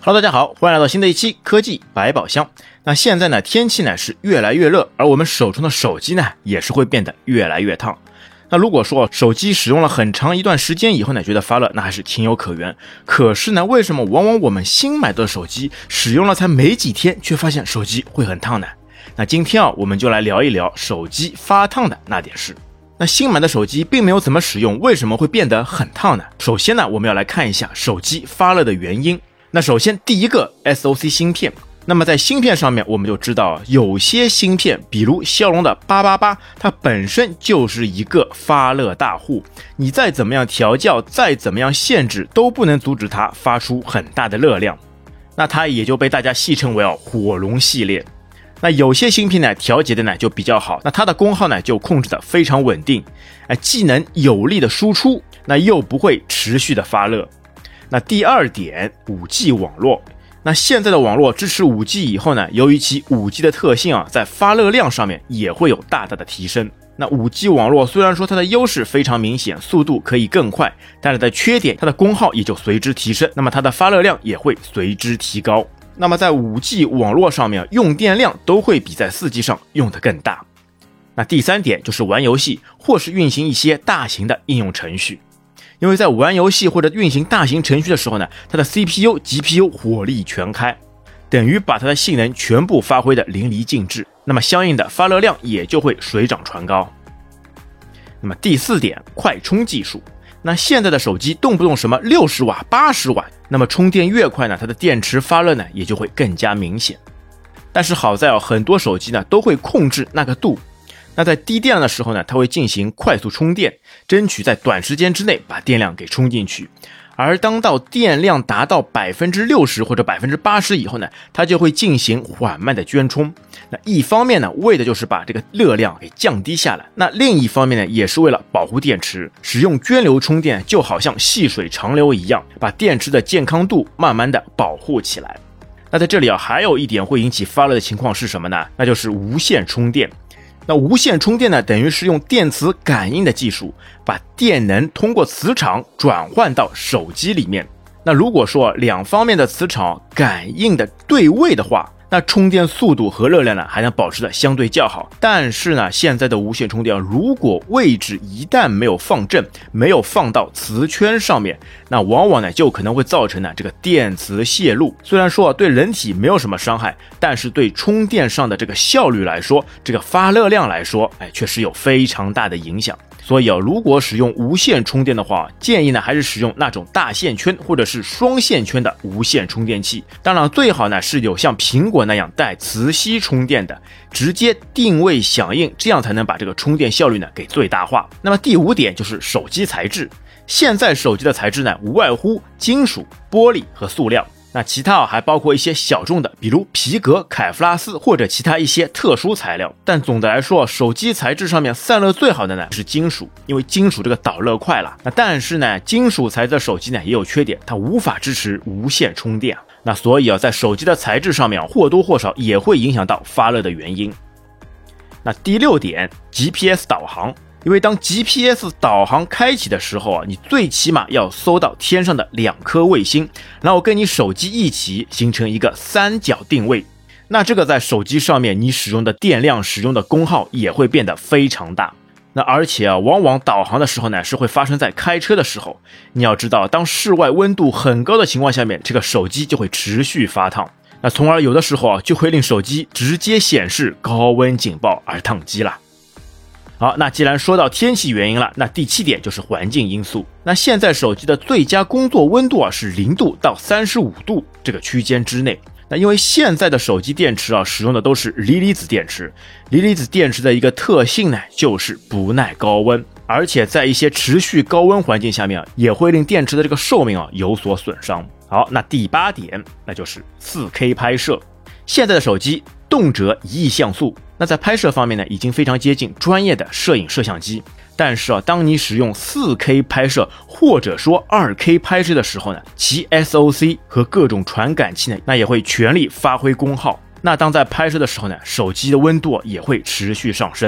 Hello， 大家好，欢迎来到新的一期科技百宝箱。那现在呢，天气呢是越来越热，而我们手中的手机呢也是会变得越来越烫。那如果说手机使用了很长一段时间以后呢，觉得发热，那还是情有可原。可是呢，为什么往往我们新买的手机使用了才没几天，却发现手机会很烫呢？那今天我们就来聊一聊手机发烫的那点事。那新买的手机并没有怎么使用，为什么会变得很烫呢？首先呢，我们要来看一下手机发热的原因。那首先第一个 SoC 芯片，那么在芯片上面我们就知道，有些芯片比如骁龙的888，它本身就是一个发热大户，你再怎么样调教，再怎么样限制，都不能阻止它发出很大的热量，那它也就被大家戏称为火龙系列。那有些芯片呢调节的呢就比较好，那它的功耗呢就控制的非常稳定，既能有力的输出，那又不会持续的发热。那第二点 5G 网络，那现在的网络支持 5G 以后呢，由于其 5G 的特性在发热量上面也会有大大的提升。那 5G 网络虽然说它的优势非常明显，速度可以更快，但是它的缺点，它的功耗也就随之提升，那么它的发热量也会随之提高。那么在 5G 网络上面用电量都会比在 4G 上用得更大。那第三点就是玩游戏或是运行一些大型的应用程序。因为在玩游戏或者运行大型程序的时候呢，它的 CPU、GPU 火力全开，等于把它的性能全部发挥的淋漓尽致，那么相应的发热量也就会水涨船高。那么第四点，快充技术。那现在的手机动不动什么60瓦、80瓦，那么充电越快呢，它的电池发热呢也就会更加明显。但是好在很多手机呢都会控制那个度。那在低电量的时候呢，它会进行快速充电，争取在短时间之内把电量给充进去。而当到电量达到 60% 或者 80% 以后呢，它就会进行缓慢的捐充。那一方面呢，为的就是把这个热量给降低下来，那另一方面呢，也是为了保护电池。使用涓流充电就好像细水长流一样，把电池的健康度慢慢的保护起来。那在这里还有一点会引起发热的情况是什么呢？那就是无线充电。那无线充电呢，等于是用电磁感应的技术，把电能通过磁场转换到手机里面。那如果说两方面的磁场感应的对位的话，那充电速度和热量呢还能保持的相对较好。但是呢，现在的无线充电如果位置一旦没有放正，没有放到磁圈上面，那往往呢就可能会造成这个电磁泄露。虽然说对人体没有什么伤害，但是对充电上的这个效率来说，这个发热量来说，确实有非常大的影响。所以如果使用无线充电的话，建议呢还是使用那种大线圈或者是双线圈的无线充电器。当然最好呢是有像苹果那样带磁吸充电的，直接定位响应，这样才能把这个充电效率呢给最大化。那么第五点就是手机材质。现在手机的材质呢无外乎金属、玻璃和塑料。那其他还包括一些小众的，比如皮革、凯夫拉丝或者其他一些特殊材料。但总的来说，手机材质上面散热最好的呢是金属，因为金属这个导热快了。那但是呢，金属材质的手机呢也有缺点，它无法支持无线充电。那所以在手机的材质上面或多或少也会影响到发热的原因。那第六点 ，GPS 导航。因为当 GPS 导航开启的时候你最起码要搜到天上的2颗卫星，然后跟你手机一起形成一个三角定位。那这个在手机上面你使用的电量、使用的功耗也会变得非常大。那而且往往导航的时候呢是会发生在开车的时候。你要知道，当室外温度很高的情况下面，这个手机就会持续发烫。那从而有的时候就会令手机直接显示高温警报而宕机了。好，那既然说到天气原因了，那第7点就是环境因素。那现在手机的最佳工作温度是0度到35度这个区间之内。那因为现在的手机电池使用的都是锂离子电池，锂离子电池的一个特性呢就是不耐高温，而且在一些持续高温环境下面也会令电池的这个寿命有所损伤。好，那第8点那就是 4K 拍摄。现在的手机动辄1亿像素，那在拍摄方面呢已经非常接近专业的摄影摄像机。但是当你使用 4K 拍摄或者说 2K 拍摄的时候呢，其 SoC 和各种传感器呢那也会全力发挥功耗。那当在拍摄的时候呢，手机的温度也会持续上升。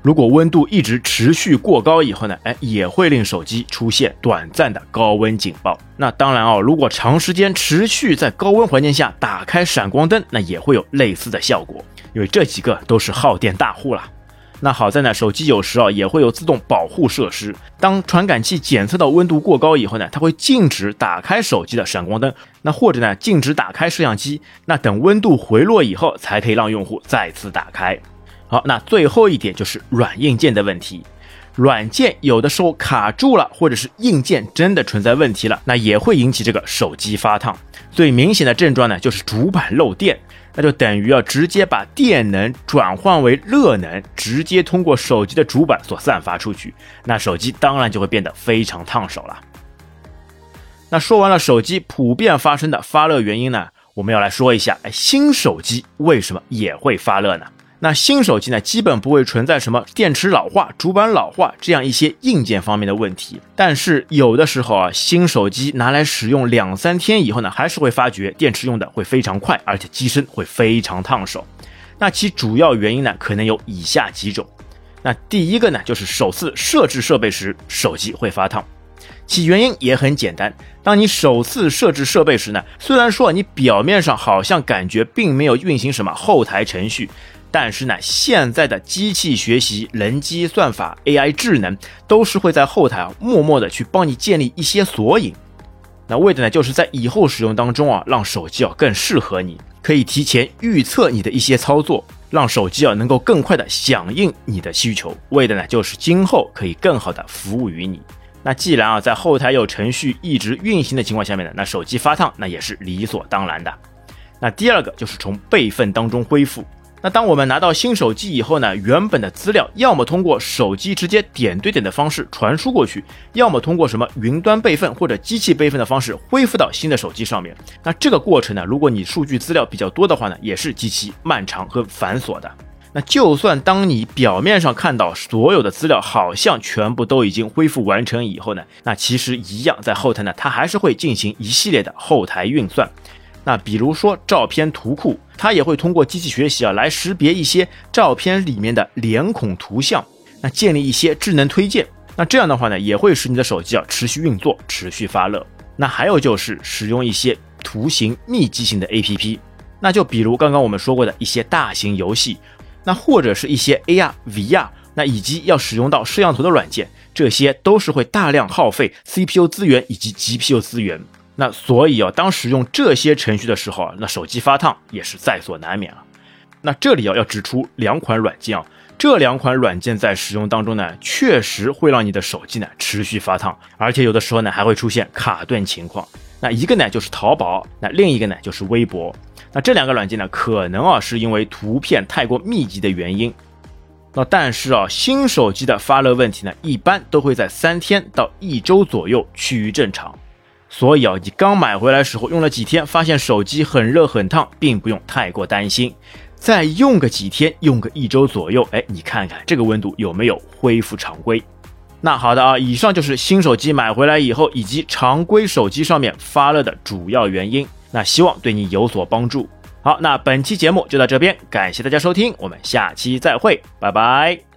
如果温度一直持续过高以后呢，也会令手机出现短暂的高温警报。那当然如果长时间持续在高温环境下打开闪光灯，那也会有类似的效果，因为这几个都是耗电大户啦。那好在呢，手机有时也会有自动保护设施，当传感器检测到温度过高以后呢，它会禁止打开手机的闪光灯，那或者呢禁止打开摄像机，那等温度回落以后才可以让用户再次打开。好，那最后一点就是软硬件的问题。软件有的时候卡住了，或者是硬件真的存在问题了，那也会引起这个手机发烫。最明显的症状呢就是主板漏电，那就等于直接把电能转换为热能，直接通过手机的主板所散发出去，那手机当然就会变得非常烫手了。那说完了手机普遍发生的发热原因呢，我们要来说一下新手机为什么也会发热呢？那新手机呢，基本不会存在什么电池老化、主板老化这样一些硬件方面的问题，但是有的时候新手机拿来使用2-3天以后呢，还是会发觉电池用的会非常快，而且机身会非常烫手。那其主要原因呢，可能有以下几种。那第一个呢，就是首次设置设备时手机会发烫。其原因也很简单，当你首次设置设备时呢，虽然说你表面上好像感觉并没有运行什么后台程序，但是呢，现在的机器学习、人机算法、AI 智能都是会在后台默默的去帮你建立一些索引。那为的呢，就是在以后使用当中让手机更适合你，可以提前预测你的一些操作，让手机能够更快的响应你的需求。为的呢，就是今后可以更好的服务于你。那既然在后台有程序一直运行的情况下面呢，那手机发烫那也是理所当然的。那第二个就是从备份当中恢复。那当我们拿到新手机以后呢，原本的资料要么通过手机直接点对点的方式传输过去，要么通过什么云端备份或者机器备份的方式恢复到新的手机上面。那这个过程呢，如果你数据资料比较多的话呢，也是极其漫长和繁琐的。那就算当你表面上看到所有的资料好像全部都已经恢复完成以后呢，那其实一样在后台呢，它还是会进行一系列的后台运算。那比如说照片图库，它也会通过机器学习来识别一些照片里面的脸孔图像，那建立一些智能推荐。那这样的话呢，也会使你的手机持续运作，持续发热。那还有就是使用一些图形密集型的 APP， 那就比如刚刚我们说过的一些大型游戏，那或者是一些 AR、VR， 那以及要使用到摄像头的软件，这些都是会大量耗费 CPU 资源以及 GPU 资源。那所以当使用这些程序的时候那手机发烫也是在所难免了。那这里要指出2款软件这2款软件在使用当中呢，确实会让你的手机呢持续发烫，而且有的时候呢还会出现卡顿情况。那一个呢就是淘宝，那另一个呢就是微博。那这2个软件呢，可能是因为图片太过密集的原因。那但是新手机的发热问题呢，一般都会在3天到1周左右趋于正常。所以你刚买回来时候用了几天，发现手机很热很烫，并不用太过担心。再用个几天，用个1周左右，你看看这个温度有没有恢复常规。那好的以上就是新手机买回来以后以及常规手机上面发热的主要原因，那希望对你有所帮助。好，那本期节目就到这边，感谢大家收听，我们下期再会，拜拜。